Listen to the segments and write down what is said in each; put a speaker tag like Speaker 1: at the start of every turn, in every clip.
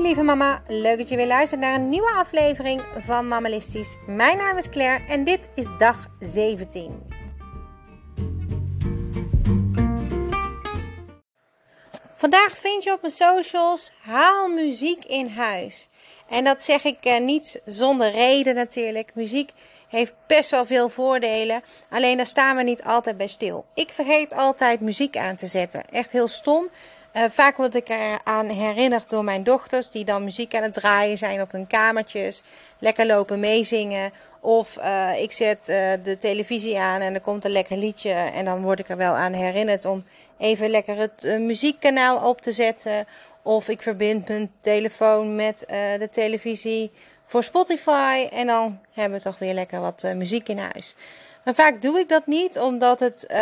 Speaker 1: lieve mama, leuk dat je weer luistert naar een nieuwe aflevering van Mammalistisch. Mijn naam is Claire en dit is dag 17. Vandaag vind je op mijn socials, haal muziek in huis. En dat zeg ik niet zonder reden natuurlijk. Muziek heeft best wel veel voordelen, alleen daar staan we niet altijd bij stil. Ik vergeet altijd muziek aan te zetten, echt heel stom. Vaak word ik eraan herinnerd door mijn dochters die dan muziek aan het draaien zijn op hun kamertjes. Lekker lopen meezingen. Of ik zet de televisie aan en er komt een lekker liedje. En dan word ik er wel aan herinnerd om even lekker het muziekkanaal op te zetten. Of ik verbind mijn telefoon met de televisie voor Spotify. En dan hebben we toch weer lekker wat muziek in huis. Maar vaak doe ik dat niet, omdat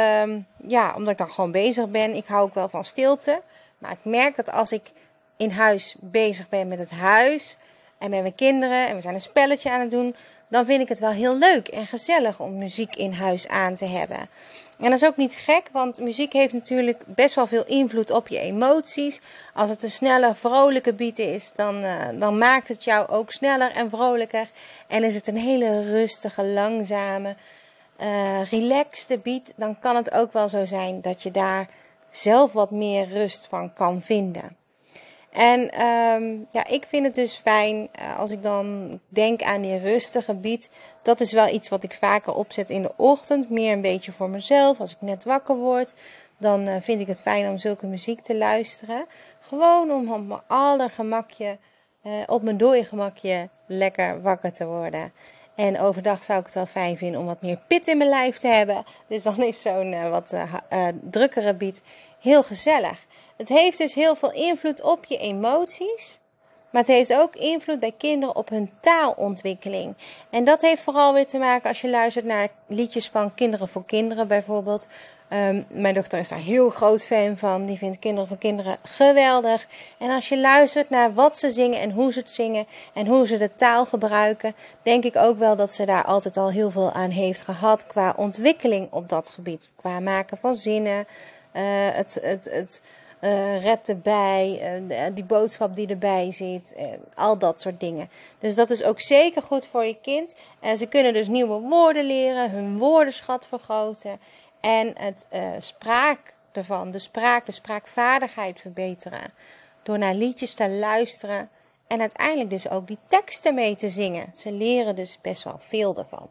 Speaker 1: omdat ik dan gewoon bezig ben. Ik hou ook wel van stilte. Maar ik merk dat als ik in huis bezig ben met het huis en met mijn kinderen en we zijn een spelletje aan het doen, dan vind ik het wel heel leuk en gezellig om muziek in huis aan te hebben. En dat is ook niet gek, want muziek heeft natuurlijk best wel veel invloed op je emoties. Als het een snelle, vrolijke beat is, dan maakt het jou ook sneller en vrolijker. En is het een hele rustige, langzame, relaxte beat, dan kan het ook wel zo zijn dat je daar zelf wat meer rust van kan vinden. En ik vind het dus fijn als ik dan denk aan die rustige beat. Dat is wel iets wat ik vaker opzet in de ochtend. Meer een beetje voor mezelf. Als ik net wakker word, dan vind ik het fijn om zulke muziek te luisteren. Gewoon om op mijn allergemakje, op mijn dode gemakje lekker wakker te worden. En overdag zou ik het wel fijn vinden om wat meer pit in mijn lijf te hebben. Dus dan is zo'n wat drukkere beat heel gezellig. Het heeft dus heel veel invloed op je emoties. Maar het heeft ook invloed bij kinderen op hun taalontwikkeling. En dat heeft vooral weer te maken als je luistert naar liedjes van Kinderen voor Kinderen bijvoorbeeld. Mijn dochter is daar heel groot fan van. Die vindt Kinderen voor Kinderen geweldig. En als je luistert naar wat ze zingen en hoe ze het zingen en hoe ze de taal gebruiken, denk ik ook wel dat ze daar altijd al heel veel aan heeft gehad qua ontwikkeling op dat gebied. Qua maken van zinnen, red erbij, die boodschap die erbij zit, al dat soort dingen. Dus dat is ook zeker goed voor je kind. Ze kunnen dus nieuwe woorden leren, hun woordenschat vergroten en het spraak ervan, de spraakvaardigheid verbeteren. Door naar liedjes te luisteren en uiteindelijk dus ook die teksten mee te zingen. Ze leren dus best wel veel ervan.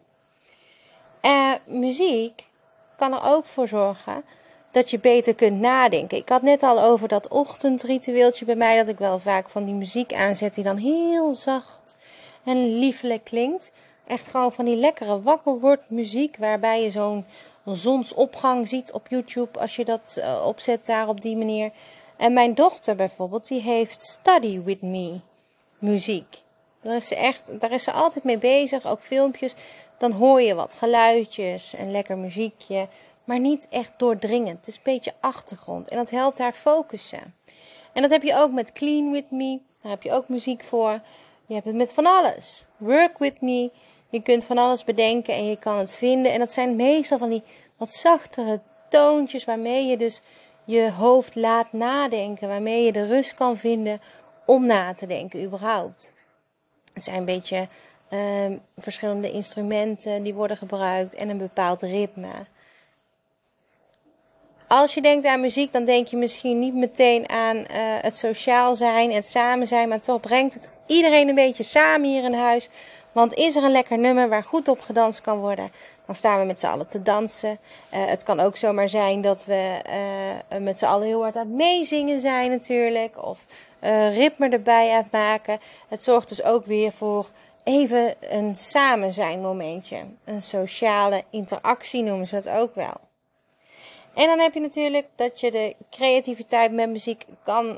Speaker 1: Muziek kan er ook voor zorgen dat je beter kunt nadenken. Ik had net al over dat ochtendritueeltje bij mij, dat ik wel vaak van die muziek aanzet die dan heel zacht en liefelijk klinkt. Echt gewoon van die lekkere wakker wordt muziek, waarbij je zo'n zonsopgang ziet op YouTube als je dat opzet daar op die manier. En mijn dochter bijvoorbeeld, die heeft Study With Me muziek. Daar is ze altijd mee bezig, ook filmpjes. Dan hoor je wat geluidjes, een lekker muziekje, maar niet echt doordringend. Het is een beetje achtergrond en dat helpt haar focussen. En dat heb je ook met Clean With Me, daar heb je ook muziek voor. Je hebt het met van alles. Work With Me, je kunt van alles bedenken en je kan het vinden. En dat zijn meestal van die wat zachtere toontjes waarmee je dus je hoofd laat nadenken. Waarmee je de rust kan vinden om na te denken überhaupt. Het zijn een beetje verschillende instrumenten die worden gebruikt en een bepaald ritme. Als je denkt aan muziek, dan denk je misschien niet meteen aan het sociaal zijn, het samen zijn. Maar toch brengt het iedereen een beetje samen hier in huis. Want is er een lekker nummer waar goed op gedanst kan worden, dan staan we met z'n allen te dansen. Het kan ook zomaar zijn dat we met z'n allen heel hard aan het meezingen zijn natuurlijk. Of ritme erbij aan het maken. Het zorgt dus ook weer voor even een samen zijn momentje. Een sociale interactie noemen ze dat ook wel. En dan heb je natuurlijk dat je de creativiteit met muziek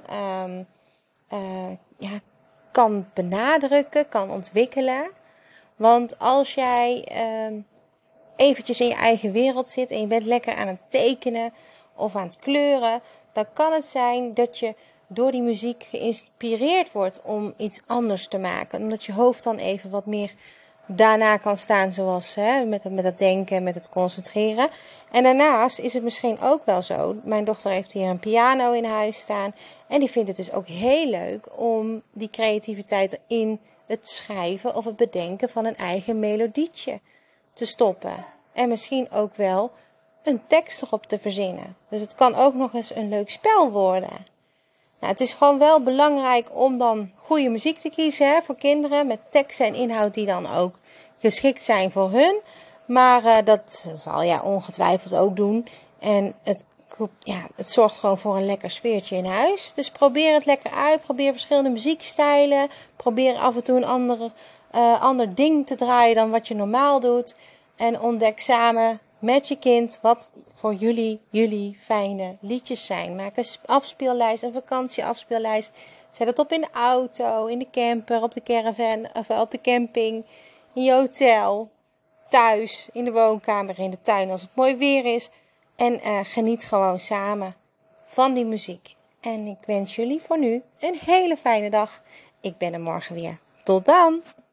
Speaker 1: kan benadrukken, kan ontwikkelen. Want als jij eventjes in je eigen wereld zit en je bent lekker aan het tekenen of aan het kleuren, dan kan het zijn dat je door die muziek geïnspireerd wordt om iets anders te maken. Omdat je hoofd dan even wat meer daarna kan staan zoals met het denken, met het concentreren. En daarnaast is het misschien ook wel zo. Mijn dochter heeft hier een piano in huis staan. En die vindt het dus ook heel leuk om die creativiteit in het schrijven of het bedenken van een eigen melodietje te stoppen. En misschien ook wel een tekst erop te verzinnen. Dus het kan ook nog eens een leuk spel worden. Nou, het is gewoon wel belangrijk om dan goede muziek te kiezen voor kinderen. Met teksten en inhoud die dan ook geschikt zijn voor hun. Maar dat zal jij ongetwijfeld ook doen. En het zorgt gewoon voor een lekker sfeertje in huis. Dus probeer het lekker uit. Probeer verschillende muziekstijlen. Probeer af en toe een ander ding te draaien dan wat je normaal doet. En ontdek samen met je kind wat voor jullie fijne liedjes zijn. Maak een afspeellijst, een vakantieafspeellijst. Zet het op in de auto, in de camper, op de caravan, of op de camping, in je hotel, thuis, in de woonkamer, in de tuin als het mooi weer is. En geniet gewoon samen van die muziek. En ik wens jullie voor nu een hele fijne dag. Ik ben er morgen weer. Tot dan!